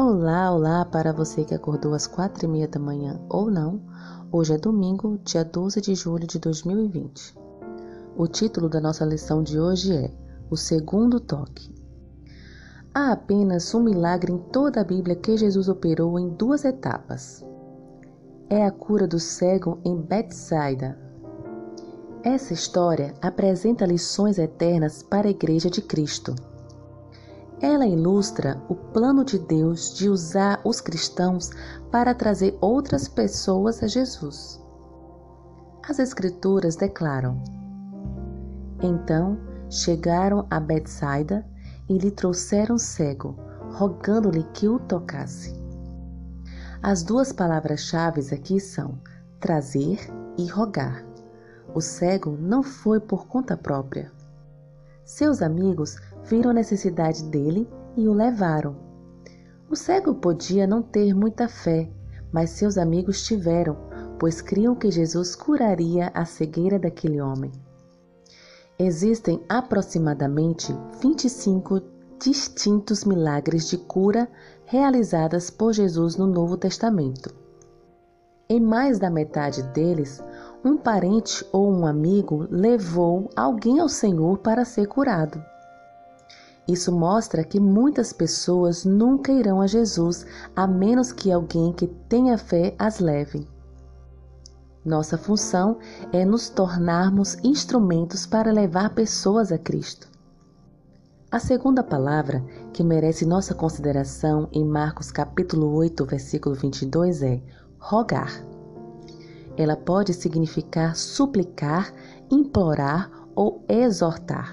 Olá, olá para você que acordou às 4h30 da manhã ou não. Hoje é domingo, dia 12 de julho de 2020. O título da nossa lição de hoje é O Segundo Toque. Há apenas um milagre em toda a Bíblia que Jesus operou em 2 etapas. É a cura do cego em Betsaida. Essa história apresenta lições eternas para a Igreja de Cristo. Ela ilustra o plano de Deus de usar os cristãos para trazer outras pessoas a Jesus. As Escrituras declaram: Então chegaram a Betsaida e lhe trouxeram cego, rogando-lhe que o tocasse. As 2 palavras-chave aqui são trazer e rogar. O cego não foi por conta própria. Seus amigos viram a necessidade dele e o levaram. O cego podia não ter muita fé, mas seus amigos tiveram, pois criam que Jesus curaria a cegueira daquele homem. Existem aproximadamente 25 distintos milagres de cura realizados por Jesus no Novo Testamento. Em mais da metade deles, um parente ou um amigo levou alguém ao Senhor para ser curado. Isso mostra que muitas pessoas nunca irão a Jesus a menos que alguém que tenha fé as leve. Nossa função é nos tornarmos instrumentos para levar pessoas a Cristo. A segunda palavra que merece nossa consideração em Marcos capítulo 8, versículo 22 é rogar. Ela pode significar suplicar, implorar ou exortar.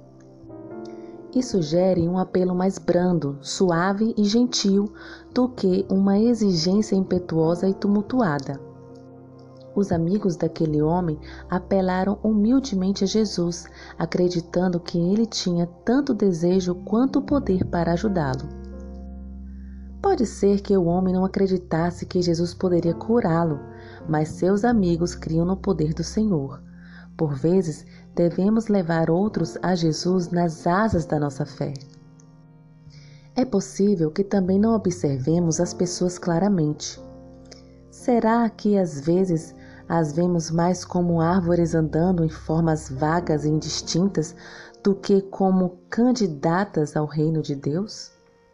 Isso sugere um apelo mais brando, suave e gentil do que uma exigência impetuosa e tumultuada. Os amigos daquele homem apelaram humildemente a Jesus, acreditando que ele tinha tanto desejo quanto poder para ajudá-lo. Pode ser que o homem não acreditasse que Jesus poderia curá-lo, mas seus amigos criam no poder do Senhor. Por vezes, devemos levar outros a Jesus nas asas da nossa fé. É possível que também não observemos as pessoas claramente. Será que às vezes as vemos mais como árvores andando em formas vagas e indistintas do que como candidatas ao reino de Deus?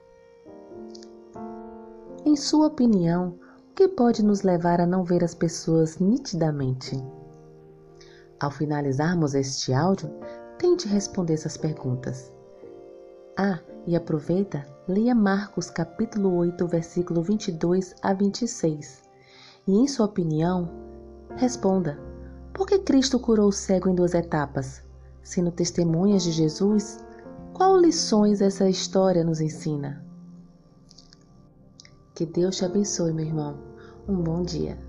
Em sua opinião, o que pode nos levar a não ver as pessoas nitidamente? Ao finalizarmos este áudio, tente responder essas perguntas. E aproveita, leia Marcos capítulo 8, versículo 22 a 26. E em sua opinião, responda: por que Cristo curou o cego em 2 etapas? Sendo testemunhas de Jesus, qual lições essa história nos ensina? Que Deus te abençoe, meu irmão. Um bom dia.